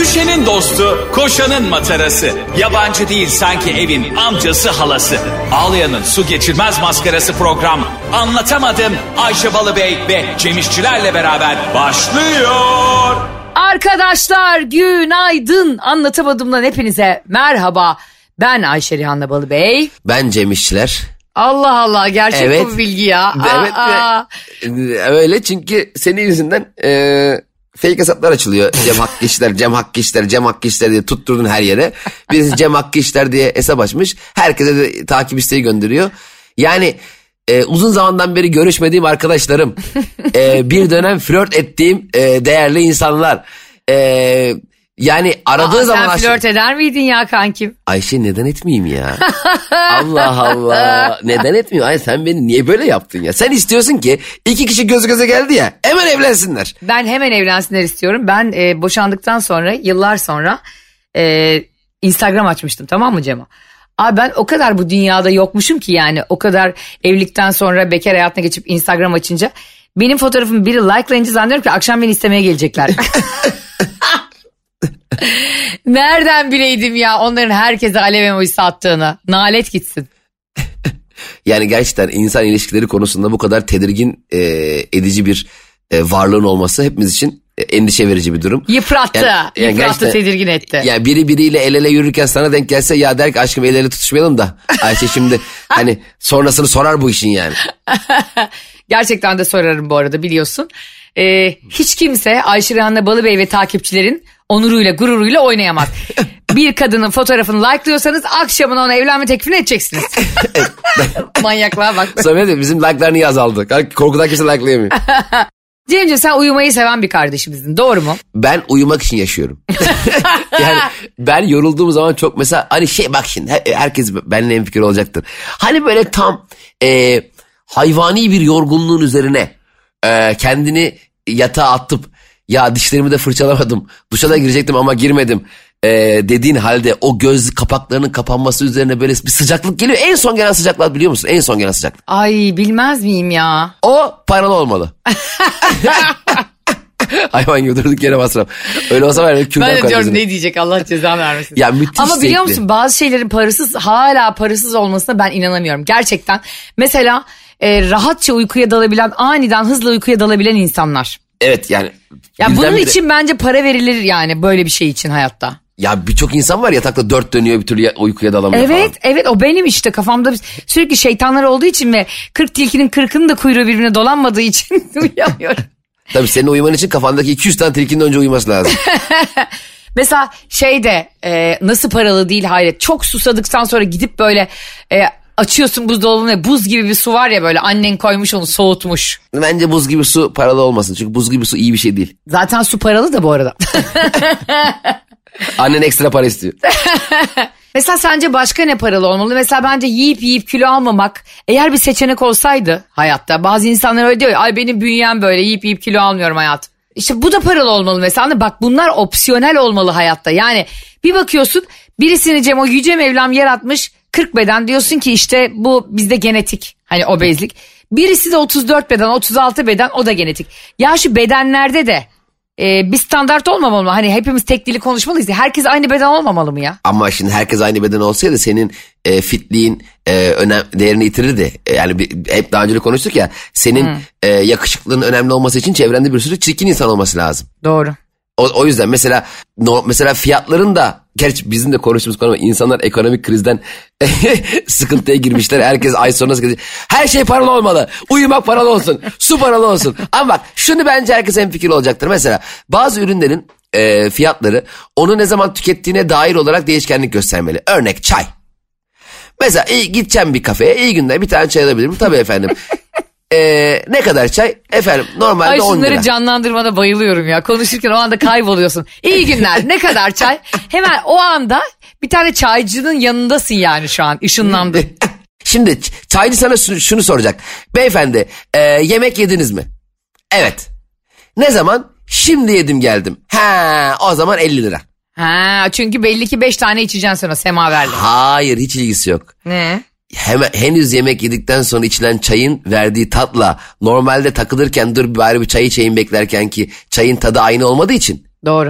Düşenin dostu, koşanın matarası. Yabancı değil sanki evin amcası halası. Ağlayanın su geçirmez maskarası program. Anlatamadım Ayşe Balıbey ve Cemişçilerle beraber başlıyor. Arkadaşlar günaydın. Anlatamadımdan hepinize merhaba. Ben Ayşe Rihanna Balıbey. Ben Cemişçiler. Allah Allah, gerçek evet. Bu bilgi ya. Evet. Öyle çünkü senin yüzünden fake hesaplar açılıyor. Cem Hakkı İşler diye tutturdun her yere. Birisi Cem Hakkı İşler diye hesap açmış. Herkese de takip isteği gönderiyor. Yani uzun zamandan beri görüşmediğim arkadaşlarım. Bir dönem flört ettiğim değerli insanlar. Yani aradığı zaman... Sen flört eder miydin ya kankim? Ayşe neden etmeyeyim ya? Allah Allah. Neden etmeyeyim? Ay sen beni niye böyle yaptın ya? Sen istiyorsun ki iki kişi göz göze geldi ya hemen evlensinler. Ben hemen evlensinler istiyorum. Ben boşandıktan sonra yıllar sonra Instagram açmıştım, tamam mı Cemo? Abi ben o kadar bu dünyada yokmuşum ki, yani o kadar evlilikten sonra bekar hayatına geçip Instagram açınca benim fotoğrafımı biri likelayınca zannediyorum ki akşam beni istemeye gelecekler. Nereden bileydim ya onların herkese alev emojisi attığını. Nalet gitsin. Yani gerçekten insan ilişkileri konusunda bu kadar tedirgin edici bir varlığın olması hepimiz için endişe verici bir durum. Yıprattı, tedirgin etti. Yani biriyle el ele yürürken sana denk gelse ya der ki aşkım el ele tutuşmayalım da Ayşe şimdi hani sonrasını sorar bu işin yani. Gerçekten de sorarım bu arada, biliyorsun. Hiç kimse Ayşe Rihanna Balıbey ve takipçilerin onuruyla gururuyla oynayamaz. Bir kadının fotoğrafını like'lıyorsanız akşamın ona evlenme teklifini edeceksiniz. Manyaklığa bak. Sonra bizim like'lar niye azaldı? Korkudan kimse like'layamıyor. Cemciğim, sen uyumayı seven bir kardeşimizdin, doğru mu? Ben uyumak için yaşıyorum. Yani ben yorulduğum zaman çok mesela hani bak şimdi herkes benimle hemfikir olacaktır. Hani böyle tam hayvani bir yorgunluğun üzerine kendini yatağa atıp ya dişlerimi de fırçalamadım, duşa da girecektim ama girmedim dediğin halde o göz kapaklarının kapanması üzerine böyle bir sıcaklık geliyor. En son gelen sıcaklık biliyor musun? En son gelen sıcaklık. Ay bilmez miyim ya? O paralı olmalı. Hayvan gibi durduk yere masraf. Öyle olsa var ya. Ben de diyorum ne diyecek, Allah cezanı vermesin. Ya müthiş. Ama biliyor musun, bazı şeylerin hala parasız olmasına ben inanamıyorum. Gerçekten mesela rahatça uykuya dalabilen, aniden hızla uykuya dalabilen insanlar. Evet yani. Ya bunun için bence para verilir yani, böyle bir şey için hayatta. Ya birçok insan var yatakta 4 dönüyor bir türlü uykuya dalamıyor falan. Evet o benim işte, kafamda sürekli şeytanlar olduğu için ve 40 tilkinin 40'ının da kuyruğu birbirine dolanmadığı için uyuyamıyorum. Tabii senin uyuman için kafandaki 200 tane tilkinin önce uyuması lazım. Mesela nasıl paralı değil hayret, çok susadıktan sonra gidip böyle açıyorsun buzdolabını, buz gibi bir su var ya, böyle annen koymuş onu soğutmuş. Bence buz gibi su paralı olmasın, çünkü buz gibi su iyi bir şey değil. Zaten su paralı da bu arada. Annen ekstra para istiyor. Mesela sence başka ne paralı olmalı? Mesela bence yiyip kilo almamak eğer bir seçenek olsaydı hayatta. Bazı insanlar öyle diyor, ay benim bünyem böyle, yiyip kilo almıyorum hayatım. İşte bu da paralı olmalı mesela. Bak bunlar opsiyonel olmalı hayatta. Yani bir bakıyorsun birisini o Yüce Mevlam yaratmış 40 beden, diyorsun ki işte bu bizde genetik, hani obezlik. Birisi de 34 beden 36 beden, o da genetik. Ya şu bedenlerde de bir standart olmamalı mı? Hani hepimiz tek dili konuşmalıyız. Herkes aynı beden olmamalı mı ya? Ama şimdi herkes aynı beden olsaydı senin fitliğin değerini yitirirdi. Yani hep daha önce konuştuk ya, senin yakışıklılığın önemli olması için çevrende bir sürü çirkin insan olması lazım. Doğru. O yüzden mesela fiyatların da, gerçi bizim de konuştuğumuz konu, insanlar ekonomik krizden sıkıntıya girmişler. Herkes ay sonuna sıkıntı. Her şey paralı olmalı. Uyumak paralı olsun. Su paralı olsun. Ama bak şunu bence herkes hemfikir olacaktır. Mesela bazı ürünlerin fiyatları onu ne zaman tükettiğine dair olarak değişkenlik göstermeli. Örnek çay. Mesela gideceğim bir kafeye, iyi günler bir tane çay alabilirim. Tabii efendim. Ne kadar çay? Efendim normalde 10 lira. Şunları canlandırmana bayılıyorum ya. Konuşurken o anda kayboluyorsun. İyi günler, ne kadar çay? Hemen o anda bir tane çaycının yanındasın yani, şu an ışınlandın. Şimdi çaycı sana şunu soracak. Beyefendi yemek yediniz mi? Evet. Ne zaman? Şimdi yedim geldim. O zaman 50 lira. Çünkü belli ki 5 tane içeceksin sonra semaverle. Hayır, hiç ilgisi yok. Ne? Henüz yemek yedikten sonra içilen çayın verdiği tatla normalde takılırken dur bari bir çay içeyim beklerken ki çayın tadı aynı olmadığı için. Doğru.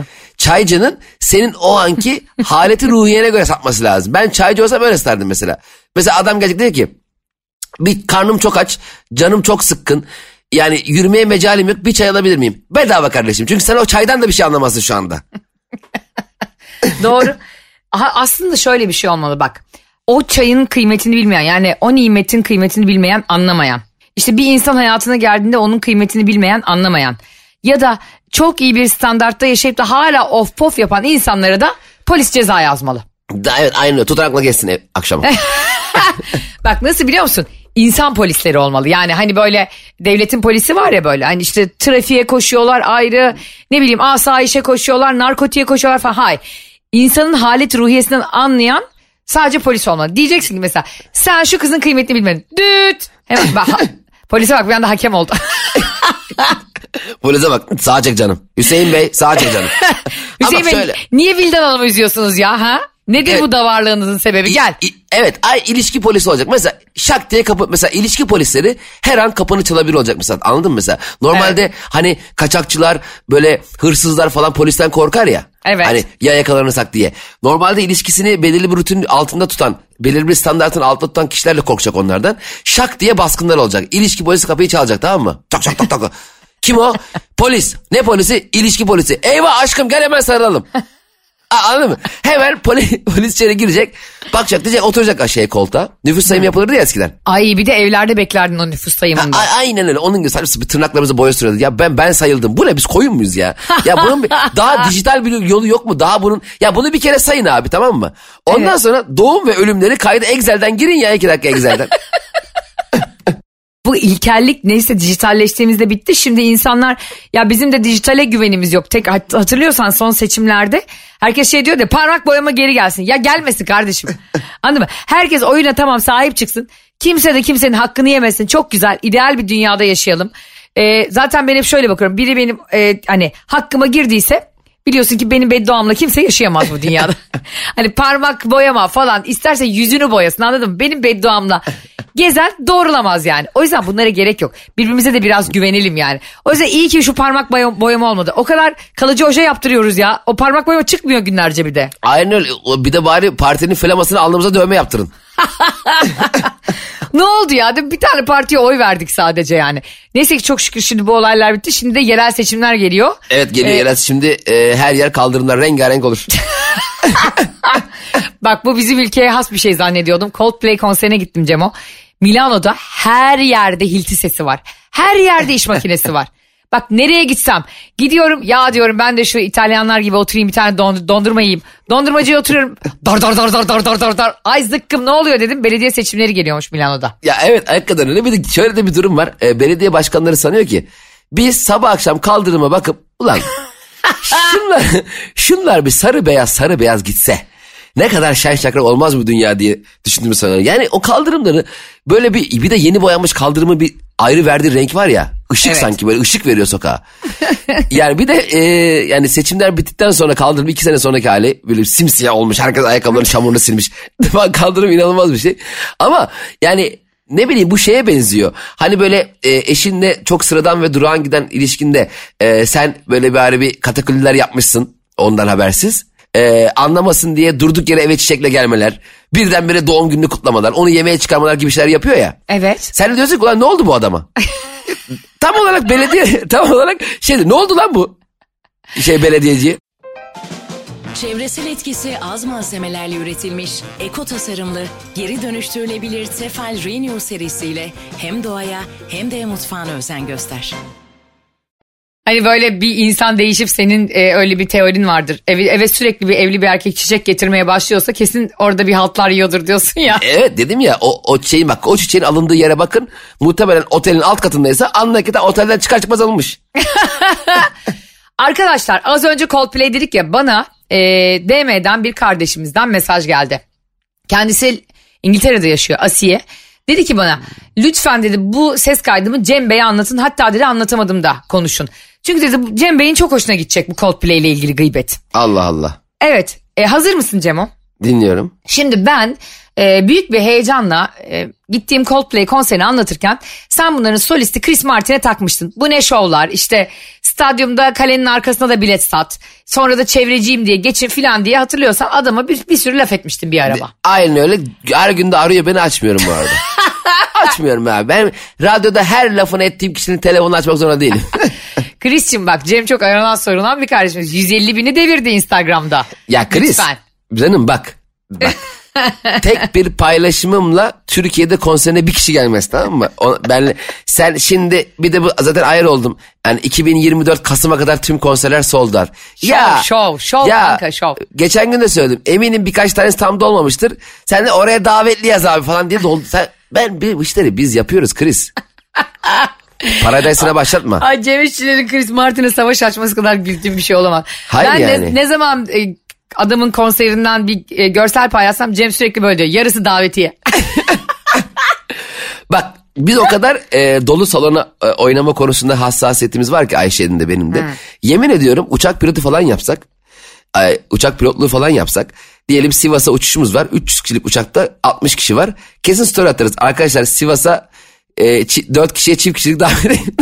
çaycının senin o anki haleti ruhiyene göre satması lazım. Ben çaycı olsam öyle satardım mesela. Mesela adam gelecek diyor ki bir karnım çok aç, canım çok sıkkın. Yani yürümeye mecalim yok, bir çay alabilir miyim? Bedava kardeşim, çünkü sen o çaydan da bir şey anlamazsın şu anda. Doğru. Aslında şöyle bir şey olmalı bak. O çayın kıymetini bilmeyen, yani o nimetin kıymetini bilmeyen, anlamayan. İşte bir insan hayatına geldiğinde onun kıymetini bilmeyen, anlamayan. Ya da çok iyi bir standartta yaşayıp da hala of pof yapan insanlara da polis ceza yazmalı. Evet, aynen öyle. Tutarakla geçsin akşama. Bak nasıl biliyor musun? İnsan polisleri olmalı. Yani hani böyle devletin polisi var ya, böyle hani işte trafiğe koşuyorlar ayrı, ne bileyim asayişe koşuyorlar, narkotiğe koşuyorlar falan. Hayır. İnsanın halet ruhiyesinden anlayan sadece polis olmalı. Diyeceksin ki mesela sen şu kızın kıymetini bilmedin. Düt. Hemen polise bak, bir anda hakem oldu. Polise bak, sağa çek canım. Hüseyin Bey, sağa çek canım. Hüseyin Bey, niye Vildan Hanım'ı üzüyorsunuz ya ha? Nedir bu davarlığınızın sebebi? Gel. Evet, ilişki polisi olacak. Mesela şak diye mesela ilişki polisleri her an kapını çalabilir olacak mesela. Anladın mı mesela? Normalde hani kaçakçılar, böyle hırsızlar falan polisten korkar ya. Evet. Hani ya yakalanırsak diye. Normalde ilişkisini belirli bir rutinin altında tutan, belirli bir standartın altında tutan kişilerle korkacak onlardan. Şak diye baskınlar olacak. İlişki polisi kapıyı çalacak, tamam mı? Tak tak tak tak. Kim o? Polis. Ne polisi? İlişki polisi. Eyvah aşkım, gel hemen sarılalım. Anladın mı? Hemen polis içeri girecek. Bakacak, diyecek, oturacak aşağıya koltuğa. Nüfus sayımı yapılırdı ya eskiden. Ay bir de evlerde beklerdin o nüfus sayımında. Aynen öyle. Onun gibi saçma tırnaklarımızı boya sürüyordu. Ya ben sayıldım. Bu ne, biz koyun muyuz ya? Ya bunun daha dijital bir yolu yok mu? Daha bunun, ya bunu bir kere sayın abi, tamam mı? Ondan sonra doğum ve ölümleri kaydı Excel'den girin ya, 2 dakika Excel'den. Bu ilkellik neyse dijitalleştiğimizde bitti. Şimdi insanlar ya bizim de dijitale güvenimiz yok. Tek hatırlıyorsan son seçimlerde herkes şey diyor ya, parmak boyama geri gelsin. Ya gelmesin kardeşim. Anladın mı? Herkes oyuna tamam sahip çıksın. Kimse de kimsenin hakkını yemesin. Çok güzel, ideal bir dünyada yaşayalım. Zaten ben hep şöyle bakıyorum. Biri benim hani hakkıma girdiyse biliyorsun ki benim bedduamla kimse yaşayamaz bu dünyada. Hani parmak boyama falan, isterse yüzünü boyasın, anladın mı? Benim bedduamla gezen doğrulamaz yani. O yüzden bunlara gerek yok. Birbirimize de biraz güvenelim yani. O yüzden iyi ki şu parmak boyama olmadı. O kadar kalıcı oje yaptırıyoruz ya. O parmak boyama çıkmıyor günlerce bir de. Aynen öyle. Bir de bari partinin flamasını alnımıza dövme yaptırın. Ne oldu ya? Bir tane partiye oy verdik sadece yani. Neyse ki çok şükür şimdi bu olaylar bitti. Şimdi de yerel seçimler geliyor. Evet geliyor yerel. Şimdi her yer kaldırımlar rengarenk olur. Bak bu bizim ülkeye has bir şey zannediyordum. Coldplay konserine gittim Cemo. Milano'da her yerde hilti sesi var. Her yerde iş makinesi var. Bak nereye gitsem gidiyorum ya, diyorum ben de şu İtalyanlar gibi oturayım, bir tane dondurma yiyeyim. Dondurmacıya oturuyorum. Dar. Ay zıkkım, ne oluyor dedim. Belediye seçimleri geliyormuş Milano'da. Ya evet, hakikaten öyle. Bir de şöyle de bir durum var. Belediye başkanları sanıyor ki biz sabah akşam kaldırıma bakıp ulan şunlar bir sarı beyaz gitse ne kadar şen şakrak olmaz bu dünya diye düşündüğümü sanıyorum. Yani o kaldırımları böyle bir de yeni boyanmış kaldırımın bir ayrı verdiği renk var ya. Işık, evet. Sanki böyle ışık veriyor sokağa. Yani bir de yani seçimler bittikten sonra kaldırım 2 sene sonraki hali böyle simsiyah olmuş. Herkes ayakkabılarını çamurunu silmiş. Kaldırım inanılmaz bir şey. Ama yani ne bileyim, bu şeye benziyor. Hani böyle eşinle çok sıradan ve durağan giden ilişkinde sen böyle bir katakulliler yapmışsın ondan habersiz. Anlamasın diye durduk yere eve çiçekle gelmeler, birdenbire doğum gününü kutlamalar, onu yemeğe çıkarmalar gibi şeyler yapıyor ya. Evet. Sen de diyorsun ki ulan ne oldu bu adama? Tam olarak belediye, ne oldu lan bu belediyeci? Çevresel etkisi az malzemelerle üretilmiş, eko tasarımlı, geri dönüştürülebilir Tefal Renew serisiyle hem doğaya hem de mutfağına özen göster. Hani böyle bir insan değişip senin öyle bir teorin vardır. Eve sürekli bir evli bir erkek çiçek getirmeye başlıyorsa kesin orada bir haltlar yiyordur diyorsun ya. Evet dedim ya, o çiçeğin bak, o çiçeğin alındığı yere bakın. Muhtemelen otelin alt katındaysa anla ki otelden çıkar çıkmaz alınmış. Arkadaşlar az önce Coldplay dedik ya, bana DM'den bir kardeşimizden mesaj geldi. Kendisi İngiltere'de yaşıyor, Asiye. Dedi ki bana lütfen dedi bu ses kaydımı Cem Bey'e anlatın, hatta dedi anlatamadım da konuşun. Çünkü dedi Cem Bey'in çok hoşuna gidecek bu Coldplay ile ilgili gıybet. Allah Allah. Evet, hazır mısın Cemo? Dinliyorum. Şimdi ben büyük bir heyecanla gittiğim Coldplay konserini anlatırken sen bunların solisti Chris Martin'e takmıştın. Bu ne şovlar, işte stadyumda kalenin arkasına da bilet sat. Sonra da çevreciyim diye geçin filan diye hatırlıyorsan adama bir sürü laf etmiştin bir araba. Aynen öyle. Her gün de arıyor beni, açmıyorum bu arada. Açmıyorum abi. Ben radyoda her lafını ettiğim kişinin telefonunu açmak zorunda değilim. Chris'cim bak, Cem çok aranan sorulan bir kardeşimiz. 150 bini devirdi Instagram'da. Ya Chris, lütfen. Canım bak. Tek bir paylaşımımla Türkiye'de konserine bir kişi gelmez, tamam mı? Sen şimdi bir de bu zaten ayar oldum. Yani 2024 Kasım'a kadar tüm konserler sold out. Şov kanka, şov. Geçen gün de söyledim. Eminim birkaç tanesi tam dolmamıştır. Sen de oraya davetli yaz abi falan diye doldu. Bu işleri biz yapıyoruz Chris. Paradise'ına başlatma. Ay, Cem İşçilerin Chris Martin'e savaş açması kadar güldüğüm bir şey olamaz. Hayır ben yani. ne zaman adamın konserinden bir görsel paylaşsam Cem sürekli böyle diyor. Yarısı davetiye. Bak biz o kadar dolu salona oynama konusunda hassasiyetimiz var ki Ayşe'nin de benim de. Yemin ediyorum uçak pilotu falan yapsak, uçak pilotluğu falan yapsak, diyelim Sivas'a uçuşumuz var. 300 kişilik uçakta 60 kişi var. Kesin story atarız. Arkadaşlar Sivas'a 4 kişiye çift kişilik davet edin.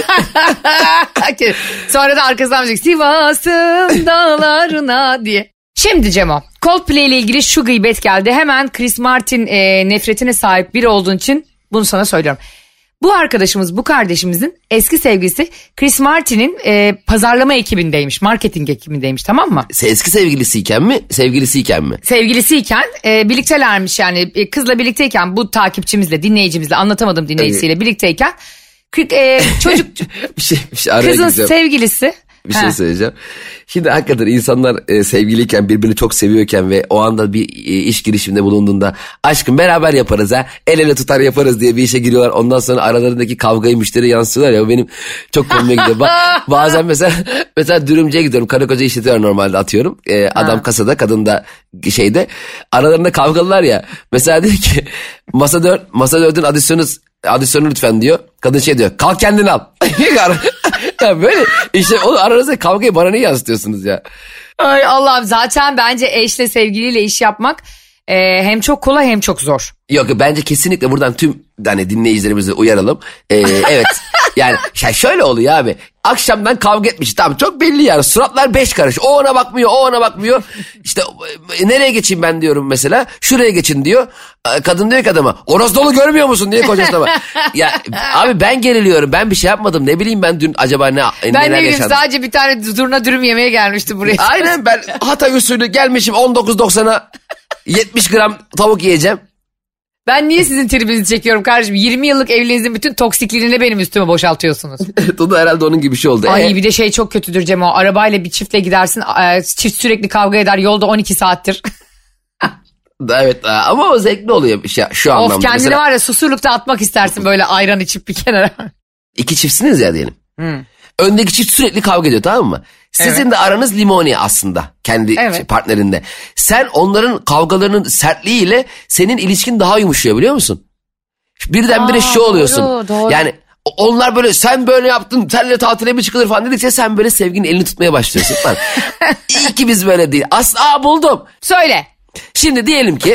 Sonra da arkasından müzik Sivas'ın dağlarına diye. Şimdi Cemo, Coldplay ile ilgili şu gıybet geldi. Hemen Chris Martin nefretine sahip biri olduğun için bunu sana söylüyorum. Bu arkadaşımız, bu kardeşimizin eski sevgilisi Chris Martin'in pazarlama ekibindeymiş, marketing ekibindeymiş, tamam mı? Eski sevgilisiyken mi, sevgilisiyken mi? Sevgilisiyken birliktelermiş yani, kızla birlikteyken, bu takipçimizle, dinleyicimizle, anlatamadım dinleyicisiyle birlikteyken çocuk bir şey araya kızın gireceğim. Sevgilisi. Bir şey söyleyeceğim. Şimdi hakikaten insanlar sevgiliyken, birbirini çok seviyorken ve o anda bir iş girişiminde bulunduğunda aşkım beraber yaparız ha, el ele tutar yaparız diye bir işe giriyorlar. Ondan sonra aralarındaki kavgayı müşteri yansıtıyorlar ya, o benim çok komik gidiyor. Bazen mesela dürümcüye gidiyorum, karı koca işletiyor normalde, atıyorum. Adam kasada, kadın da şeyde, aralarında kavgalılar ya. Mesela diyor ki masa 4'ün adisyonu lütfen diyor. Kadın şey diyor, kalk kendin al. Ya böyle işte o aranızda kavgayı bana niye yansıtıyorsunuz ya? Ay Allah'ım, zaten bence eşle, sevgiliyle iş yapmak hem çok kolay hem çok zor. Yok bence kesinlikle buradan tüm hani dinleyicilerimizi uyaralım. Evet yani şöyle oluyor abi. Akşamdan kavga etmiş, tamam, çok belli yani, suratlar 5 karış. O ona bakmıyor. İşte nereye geçeyim ben diyorum mesela. Şuraya geçin diyor. Kadın diyor ki adama, orası dolu görmüyor musun diye kocasına bak. Ya abi ben geriliyorum, ben bir şey yapmadım, ne bileyim ben dün acaba neler ben ne bileyim yaşadım. Sadece bir tane zurna dürüm yemeye gelmişti buraya. Aynen, ben Hatay usulü gelmişim 19.90'a 70 gram tavuk yiyeceğim. Ben niye sizin tribinizi çekiyorum kardeşim? 20 yıllık evliliğinizin bütün toksikliğini benim üstüme boşaltıyorsunuz. O da herhalde onun gibi bir şey oldu. Ay bir de şey çok kötüdür Cem, o arabayla bir çiftle gidersin, çift sürekli kavga eder yolda 12 saattir. Evet ama o zevkli oluyor şu anlamda. Of, kendini mesela, var ya Susurluk'ta atmak istersin böyle ayran içip bir kenara. İki çiftsiniz ya diyelim. Öndeki çift sürekli kavga ediyor, tamam mı? Sizin de aranız limoni aslında kendi partnerinde. Sen onların kavgalarının sertliğiyle senin ilişkin daha yumuşuyor, biliyor musun? Birdenbire şu oluyorsun. Doğru. Yani onlar böyle, sen böyle yaptın, senle tatile mi çıkılır falan dedikçe sen böyle sevginin elini tutmaya başlıyorsun falan. İyi ki biz böyle değil. Buldum. Söyle. Şimdi diyelim ki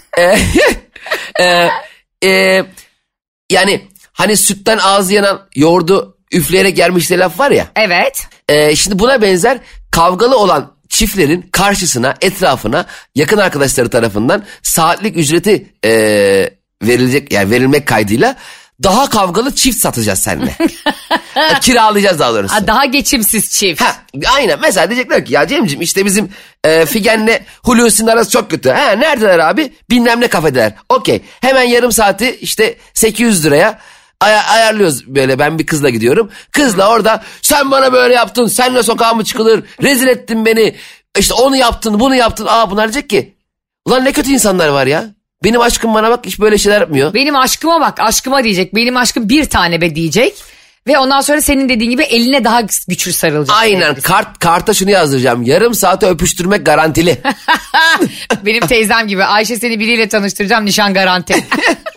yani hani sütten ağzı yanan yoğurdu üfleyerek yermiş diye laf var ya. Evet. Şimdi buna benzer kavgalı olan çiftlerin karşısına, etrafına yakın arkadaşları tarafından saatlik ücreti verilecek, yani verilmek kaydıyla daha kavgalı çift satacağız seninle. Kiralayacağız daha doğrusu. Daha geçimsiz çift. Aynen, mesela diyecekler ki ya Cemciğim işte bizim Figen'le Hulusi'nin arası çok kötü. Neredeler abi? Bilmem ne kafedeler. Okey, hemen yarım saati işte 800 liraya ayarlıyoruz böyle, ben bir kızla gidiyorum. Kızla orada sen bana böyle yaptın, senle sokağa mı çıkılır, rezil ettin beni, işte onu yaptın, bunu yaptın. Bunlar diyecek ki ulan ne kötü insanlar var ya. Benim aşkım bana bak hiç böyle şeyler yapmıyor. Benim aşkıma bak, aşkıma diyecek. Benim aşkım bir tane be diyecek. Ve ondan sonra senin dediğin gibi eline daha güçlü sarılacak. Aynen, karta şunu yazdıracağım. Yarım saate öpüştürmek garantili. Benim teyzem gibi, Ayşe seni biriyle tanıştıracağım, nişan garanti.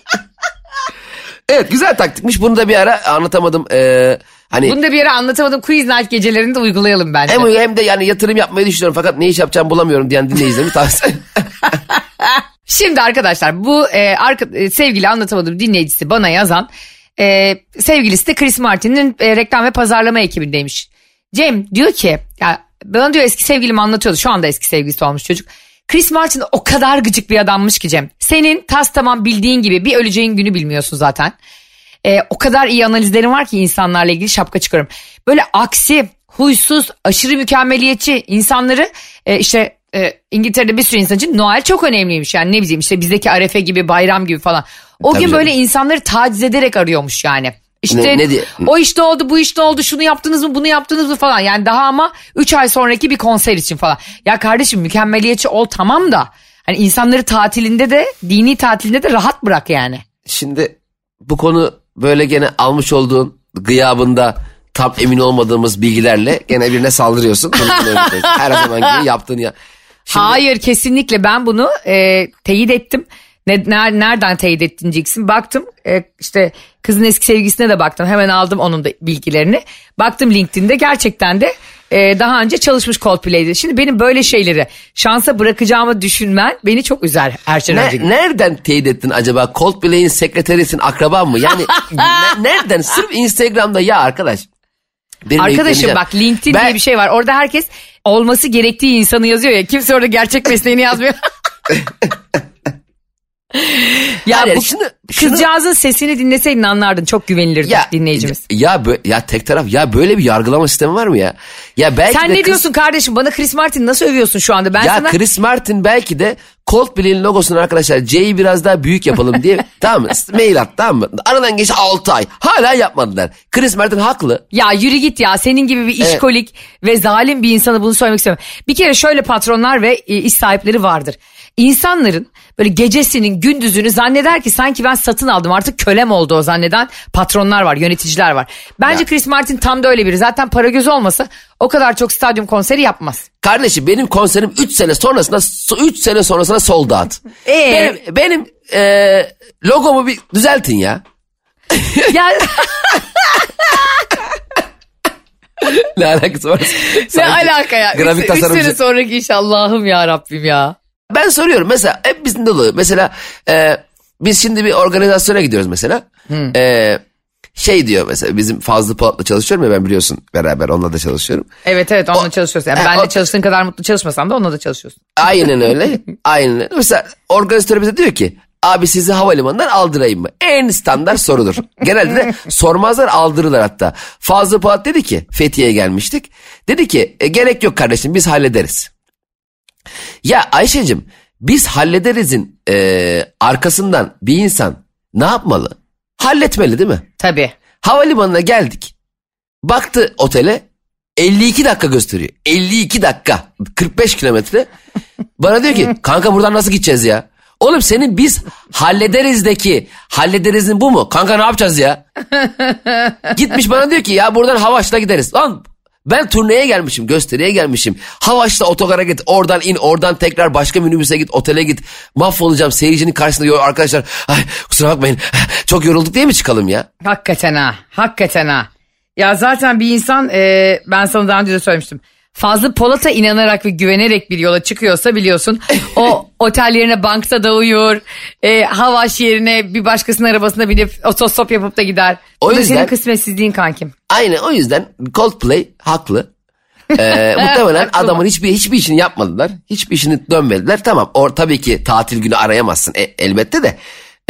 Evet, güzel taktikmiş. Bunu da bir ara anlatamadım. Hani bunu da bir ara anlatamadım. Quiz Night gecelerinde uygulayalım bence. Hem de yani yatırım yapmayı düşünüyorum fakat ne iş yapacağım bulamıyorum diyen dinleyicilerimi tavsiye. Şimdi arkadaşlar, bu sevgili anlatamadım dinleyicisi bana yazan sevgilisi de Chris Martin'in reklam ve pazarlama ekibindeymiş. Cem diyor ki ya bana diyor eski sevgilim anlatıyordu. Şu anda eski sevgilisi olmuş çocuk. Chris Martin o kadar gıcık bir adammış ki Cem. Senin tas tamam bildiğin gibi bir öleceğin günü bilmiyorsun zaten. O kadar iyi analizlerim var ki insanlarla ilgili şapka çıkarım. Böyle aksi, huysuz, aşırı mükemmeliyetçi insanları İngiltere'de bir sürü insan için Noel çok önemliymiş. Yani ne bileyim işte bizdeki Arefe gibi, bayram gibi falan. O Tabii gün canım. böyle insanları taciz ederek arıyormuş yani. İşte Ne diye? o işte oldu, bu işte oldu, şunu yaptınız mı, bunu yaptınız mı falan. Yani daha ama 3 ay sonraki bir konser için falan. Ya kardeşim mükemmeliyetçi ol tamam da hani insanları tatilinde de, dini tatilinde de rahat bırak yani. Şimdi bu konu böyle gene almış olduğun gıyabında tam emin olmadığımız bilgilerle gene birine saldırıyorsun. Her zaman gibi yaptığın ya. Şimdi, Hayır kesinlikle ben bunu teyit ettim. Nereden teyit ettin diyeceksin. Baktım işte kızın eski sevgilisine de baktım. Hemen aldım onun da bilgilerini. Baktım LinkedIn'de gerçekten de daha önce çalışmış Coldplay'de. Şimdi benim böyle şeyleri şansa bırakacağımı düşünmen beni çok üzer her şeyden önce. Nereden teyit ettin acaba? Coldplay'in sekreterisin, akraban mı? Yani nereden? Sırf Instagram'da ya arkadaş. Arkadaşım bak LinkedIn diye bir şey var. Orada herkes olması gerektiği insanı yazıyor ya. Kimse orada gerçek mesleğini yazmıyor. Ya Hayır, bu kızcağızın sesini dinleseydin anlardın. Çok güvenilirdi dinleyicimiz. Ya tek taraf ya böyle bir yargılama sistemi var mı ya? Ya belki sen ne diyorsun kardeşim? Bana Chris Martin nasıl övüyorsun şu anda? Chris Martin belki de Coldplay'in logosunu arkadaşlar C'yi biraz daha büyük yapalım diye tamam mı? Mail at tamam mı? Aradan geçti 6 ay. Hala yapmadılar. Chris Martin haklı. Ya yürü git ya. Senin gibi bir işkolik ve zalim bir insana bunu söylemek istemiyorum. Bir kere şöyle patronlar ve iş sahipleri vardır. İnsanların böyle gecesinin gündüzünü zanneder ki sanki ben satın aldım artık kölem oldu o zanneden patronlar var, yöneticiler var. Bence Chris Martin tam da öyle biri. Zaten para gözü olmasa o kadar çok stadyum konseri yapmaz. Kardeşim benim konserim 3 sene sonrasına sold out. Benim logomu bir düzeltin ya. Ya Ne alakası var? ne alaka ya? Grafik 3 tasarımcı. sene sonraki iş Allah'ım ya Rabbim ya. Ben soruyorum mesela hep bizim de oluyor. Mesela biz şimdi bir organizasyona gidiyoruz mesela. Şey diyor mesela bizim Fazlı Polat'la çalışıyorum ya ben biliyorsun beraber onunla da çalışıyorum. Evet onunla çalışıyorsun. Yani benle çalıştığın kadar mutlu çalışmasan da onunla da çalışıyorsun. Aynen öyle. Aynen öyle. Mesela organizatör bize diyor ki abi sizi havalimanından aldırayım mı? En standart sorudur. Genelde de sormazlar aldırırlar hatta. Fazlı Polat dedi ki Fethiye'ye gelmiştik. Dedi ki gerek yok kardeşim biz hallederiz. Ya Ayşe'cim biz hallederizin arkasından bir insan ne yapmalı? Halletmeli değil mi? Tabii. Havalimanına geldik. Baktı otele 52 dakika gösteriyor. 52 dakika 45 kilometre. Bana diyor ki kanka buradan nasıl gideceğiz ya? Oğlum senin biz hallederizin bu mu? Kanka ne yapacağız ya? Gitmiş bana diyor ki ya buradan Havaş'la gideriz. Lan ben turneye gelmişim, gösteriye gelmişim. Havaş'ta otogara git, oradan in, oradan tekrar başka minibüse git, otele git. Mahvolacağım seyircinin karşısında arkadaşlar. Ay, kusura bakmayın çok yorulduk diye mi çıkalım ya? Hakikaten ha. Ya zaten bir insan ben sana daha önce de söylemiştim. Fazlı Polat'a inanarak ve güvenerek bir yola çıkıyorsa biliyorsun o otel yerine bankta da uyur. Havaş yerine bir başkasının arabasına binip otostop yapıp da gider. O Bu da yüzden, senin kısmetsizliğin kankim. Aynen o yüzden Coldplay haklı. Muhtemelen adamın hiçbir işini yapmadılar. Hiçbir işini dönmediler. Tamam tabii ki tatil günü arayamazsın elbette de.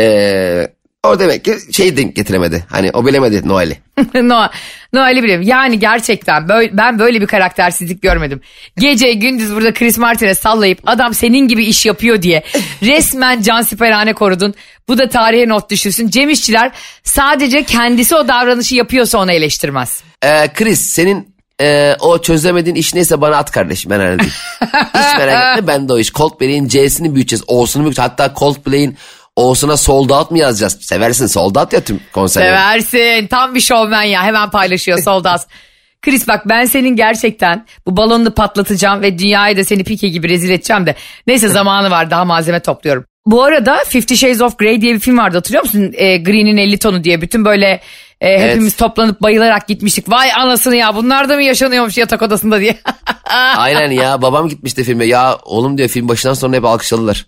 O demek ki denk getiremedi. Hani o bilemedi Noel'i. Noel'i biliyorum. Yani gerçekten ben böyle bir karaktersizlik görmedim. Gece gündüz burada Chris Martin'e sallayıp adam senin gibi iş yapıyor diye resmen cansiperhane korudun. Bu da tarihe not düşürsün. Cem İşçiler sadece kendisi o davranışı yapıyorsa onu eleştirmez. Chris senin o çözemediğin iş neyse bana at kardeşim ben öyle değil. Hiç merak etme ben de o iş. Coldplay'in C'sini büyüteceğiz. O'sunu büyüteceğiz. Hatta Coldplay'in O'suna sold out mu yazacağız? Seversin sold out ya tüm konserleri. Seversin. Tam bir şovmen ya. Hemen paylaşıyor sold out. Chris bak ben senin gerçekten bu balonunu patlatacağım ve dünyayı da seni Pike gibi rezil edeceğim de. Neyse zamanı var daha malzeme topluyorum. Bu arada 50 Shades of Grey diye bir film vardı hatırlıyor musun? Green'in 50 tonu diye bütün böyle hepimiz toplanıp bayılarak gitmiştik. Vay anasını ya bunlar da mı yaşanıyormuş yatak odasında diye. Aynen ya babam gitmişti filme. Ya oğlum diyor film başından sonra hep alkışladılar.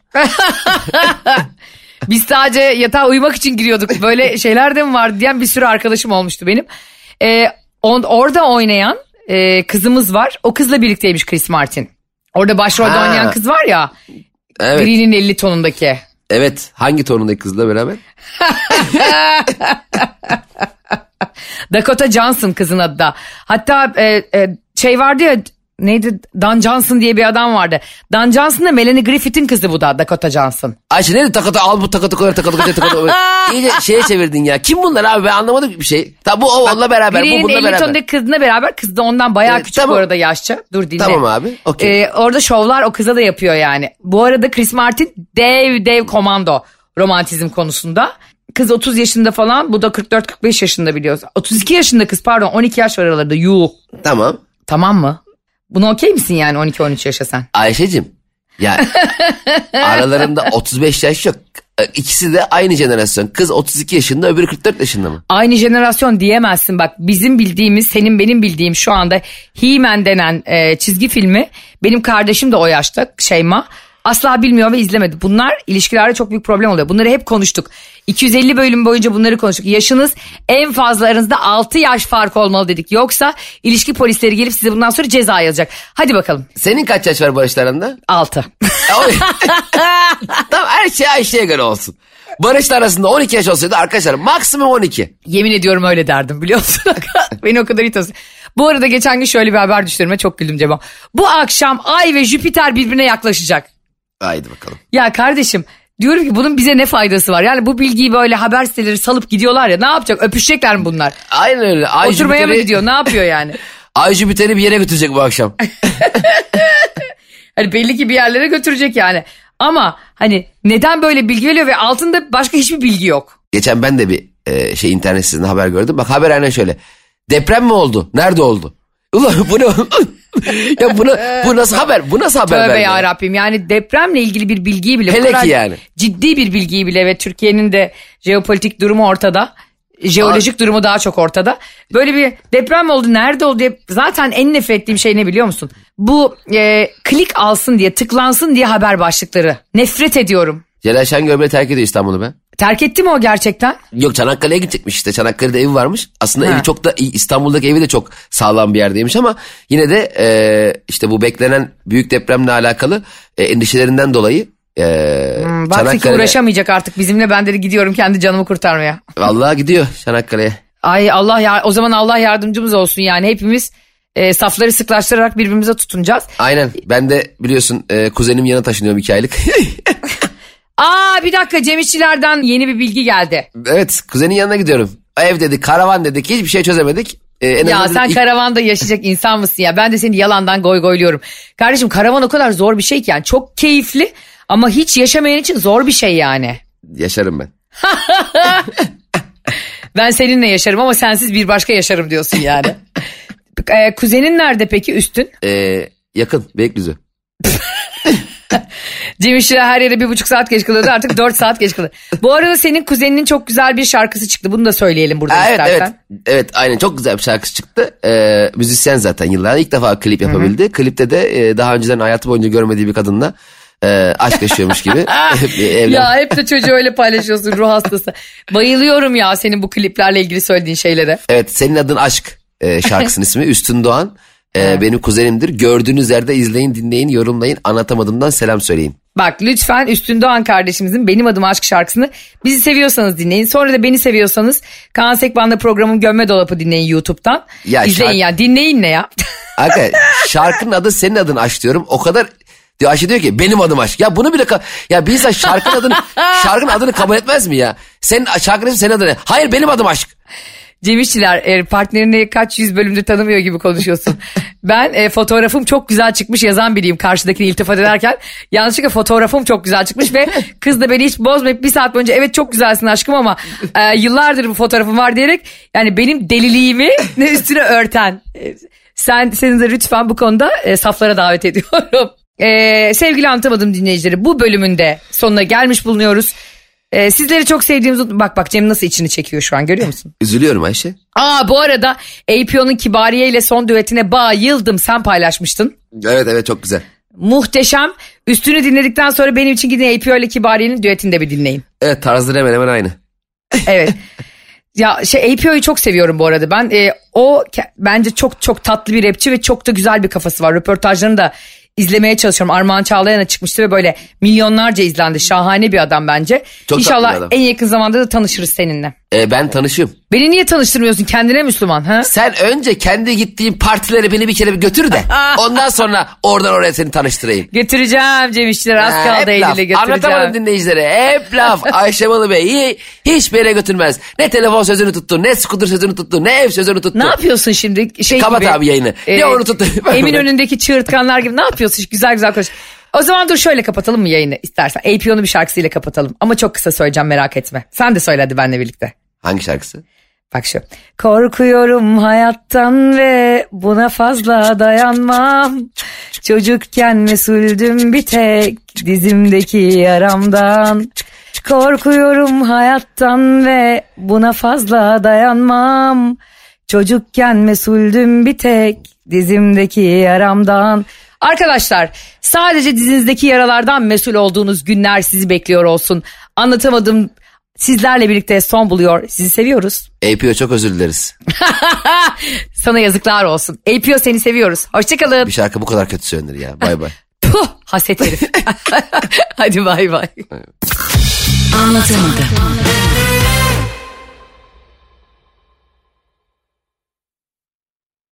Biz sadece yatağa uyumak için giriyorduk. Böyle şeyler de mi var diyen bir sürü arkadaşım olmuştu benim. Orada oynayan kızımız var. O kızla birlikteymiş Chris Martin. Orada başrolde oynayan kız var ya. Evet. Green'in 50 tonundaki. Evet. Hangi tonundaki kızla beraber? Dakota Johnson kızın adı da. Hatta şey vardı ya, neydi? Dan Johnson diye bir adam vardı. Dan Johnson da Melanie Griffith'in kızı, bu da Dakota Johnson. Ayşe ne takata al bu takata koyar takata takata. İyice şeye çevirdin ya. Kim bunlar abi, ben anlamadım bir şey. Tabi bu onunla beraber, bu bununla Green'in 50 beraber. tonundaki kızına beraber. Kız da ondan bayağı küçük tamam. bu arada yaşça. Dur dinle. Tamam abi. Okay. Orada şovlar o kıza da yapıyor yani. Bu arada Chris Martin dev komando romantizm konusunda. Kız 30 yaşında falan, bu da 44-45 yaşında biliyoruz. 32 yaşında kız, pardon, 12 yaş var aralarında. Yuh. Tamam. Tamam mı? Buna okey misin yani 12-13 yaşa sen? Ayşe'cim ya aralarında 35 yaş yok. İkisi de aynı jenerasyon. Kız 32 yaşında, öbürü 44 yaşında mı? Aynı jenerasyon diyemezsin bak. Bizim bildiğimiz, senin benim bildiğim şu anda He-Man denen çizgi filmi, benim kardeşim de o yaşta, Şeyma. Asla bilmiyor ve izlemedi. Bunlar ilişkilerde çok büyük problem oluyor. Bunları hep konuştuk. 250 bölüm boyunca bunları konuştuk. Yaşınız en fazla aranızda 6 yaş fark olmalı dedik. Yoksa ilişki polisleri gelip size bundan sonra ceza yazacak. Hadi bakalım. Senin kaç yaş var Barış'la aranda? 6. Tamam, her şey Ayşe'ye göre olsun. Barış'la arasında 12 yaş olsaydı arkadaşlar maksimum 12. Yemin ediyorum öyle derdim, biliyor musun? Beni o kadar iyi tanıyorsun. Bu arada geçen gün şöyle bir haber düştüğüme çok güldüm Cemo. Bu akşam Ay ve Jüpiter birbirine yaklaşacak. Haydi bakalım. Ya kardeşim, diyorum ki bunun bize ne faydası var? Yani bu bilgiyi böyle haber siteleri salıp gidiyorlar ya, ne yapacak? Öpüşecekler mi bunlar? Aynen öyle. Ay Oturmaya mı Jüpiter'i- gidiyor? Ne yapıyor yani? Ay Jüpiter'i bir yere götürecek bu akşam. Hani belli ki bir yerlere götürecek yani. Ama hani neden böyle bilgi veriyor ve altında başka hiçbir bilgi yok? Geçen ben de bir internet sitesinde haber gördüm. Bak haber aynen şöyle. Deprem mi oldu? Nerede oldu? Ulan bu ne? Ya bu nasıl haber? Bu nasıl haber? Tövbe yarabbim, yani depremle ilgili bir bilgiyi bile, Hele bu kadar ki yani. ciddi bir bilgiyi bile ve Türkiye'nin de jeopolitik durumu ortada. Jeolojik durumu daha çok ortada. Böyle bir deprem oldu, nerede oldu diye. Zaten en nefret ettiğim şey ne biliyor musun? Bu klik alsın diye, tıklansın diye haber başlıkları. Nefret ediyorum. Celal Şengör bile terk ediyor İstanbul'u be. Terk etti mi o gerçekten? Yok, Çanakkale'ye gidecekmiş işte. Çanakkale'de evi varmış. Aslında Ha. evi çok da iyi. İstanbul'daki evi de çok sağlam bir yerdeymiş ama yine de işte bu beklenen büyük depremle alakalı endişelerinden dolayı Bak ki uğraşamayacak artık bizimle, ben dedi gidiyorum kendi canımı kurtarmaya. Vallahi gidiyor Çanakkale'ye. Ay Allah ya, o zaman Allah yardımcımız olsun yani, hepimiz safları sıklaştırarak birbirimize tutunacağız. Aynen, ben de biliyorsun kuzenim yanına taşınıyorum 2 aylık. Bir dakika, Cem İşçilerden yeni bir bilgi geldi. Evet, kuzenin yanına gidiyorum. Ev dedik, karavan dedik, hiçbir şey çözemedik. Ya sen karavanda yaşayacak insan mısın ya? Ben de seni yalandan goygoyluyorum. Kardeşim, karavan o kadar zor bir şey ki yani, çok keyifli ama hiç yaşamayan için zor bir şey yani. Yaşarım ben. Ben seninle yaşarım ama sensiz bir başka yaşarım diyorsun yani. Kuzenin nerede peki, üstün? Yakın, Beylikdüzü. Cem İşçiler her yere 1,5 saat geç kalıyordu, artık 4 saat geç kalıyor. Bu arada senin kuzeninin çok güzel bir şarkısı çıktı. Bunu da söyleyelim burada istersen. Evet, aynen, çok güzel bir şarkısı çıktı. Müzisyen zaten, yıllardır ilk defa klip yapabildi. Hı-hı. Klipte de daha önceden hayatı boyunca görmediği bir kadınla aşk yaşıyormuş gibi. Ya hep de çocuğu öyle paylaşıyorsun, ruh hastası. Bayılıyorum ya senin bu kliplerle ilgili söylediğin şeylere. Evet, Senin Adın Aşk şarkısının ismi. Üstün Doğan. Benim kuzenimdir. Gördüğünüz yerde izleyin, dinleyin, yorumlayın. Anlatamadığımdan selam söyleyin. Bak lütfen Üstün Doğan kardeşimizin Benim Adım Aşk şarkısını, bizi seviyorsanız dinleyin. Sonra da beni seviyorsanız Kaan Sekban'da programın Gömme Dolapı dinleyin YouTube'dan. Ya İzleyin ya, dinleyin ne ya? Arkadaşlar şarkının adı Senin Adın Aşk diyorum. O kadar diyor, Ayşe diyor ki benim adım aşk. Ya bunu bile ya bir insan şarkının adını kabul etmez mi ya? Şarkının senin adın ne? Hayır, benim adım aşk. Cem İşçiler, partnerini kaç yüz bölümdür tanımıyor gibi konuşuyorsun. Ben fotoğrafım çok güzel çıkmış yazan biriyim karşıdakini iltifat ederken. Yanlışlıkla fotoğrafım çok güzel çıkmış ve kız da beni hiç bozmayıp bir saat boyunca evet çok güzelsin aşkım ama yıllardır bu fotoğrafım var diyerek yani benim deliliğimi üstüne örten. Seni de lütfen bu konuda saflara davet ediyorum. Sevgili Anlatamadım dinleyicileri, bu bölümünde sonuna gelmiş bulunuyoruz. Sizleri çok sevdiğimiz... Bak Cem nasıl içini çekiyor şu an, görüyor musun? Üzülüyorum Ayşe. Bu arada APO'nun Kibariye ile son düetine bayıldım, sen paylaşmıştın. Evet çok güzel. Muhteşem. Üstünü dinledikten sonra benim için gidin APO ile Kibariye'nin düetini de bir dinleyin. Evet, tarzları hemen hemen aynı. Evet. Ya APO'yu çok seviyorum bu arada. Ben bence çok çok tatlı bir rapçi ve çok da güzel bir kafası var. Röportajlarını da izlemeye çalışıyorum. Armağan Çağlayan'a çıkmıştı ve böyle milyonlarca izlendi. Şahane bir adam bence. Çok İnşallah en yakın zamanda da tanışırız seninle. Ben tanışayım. Beni niye tanıştırmıyorsun? Kendine Müslüman. Ha? Sen önce kendi gittiğin partilere beni bir kere bir götür de. Ondan sonra oradan oraya seni tanıştırayım. Götüreceğim Cem İşçiler. Az kaldı Eylül'e götüreceğim. Anlatamadım dinleyicilere. Hep laf. Ayşe Balı Bey hiçbir yere götürmez. Ne telefon sözünü tuttu, ne scooter sözünü tuttu, ne ev sözünü tuttu. Ne yapıyorsun şimdi? Kapat abi yayını. Ne onu tuttu. Emin önündeki çığırtkanlar gibi ne yapıyorsun? Güzel güzel konuş. O zaman dur şöyle kapatalım mı yayını istersen? APO'nun bir şarkısıyla kapatalım. Ama çok kısa söyleyeceğim, merak etme. Sen de söyle hadi benimle birlikte. Hangi şarkısı? Bak şu. Korkuyorum hayattan ve buna fazla dayanmam. Çocukken mesuldüm bir tek dizimdeki yaramdan. Korkuyorum hayattan ve buna fazla dayanmam. Çocukken mesuldüm bir tek dizimdeki yaramdan. Arkadaşlar, sadece dizinizdeki yaralardan mesul olduğunuz günler sizi bekliyor olsun. Anlatamadım. Sizlerle birlikte son buluyor. Sizi seviyoruz. APO çok özür dileriz. Sana yazıklar olsun. APO seni seviyoruz. Hoşçakalın. Bir şarkı bu kadar kötü söylenir ya. Bay bay. Puh, haset herif. Hadi bay bay. Anlatamadım.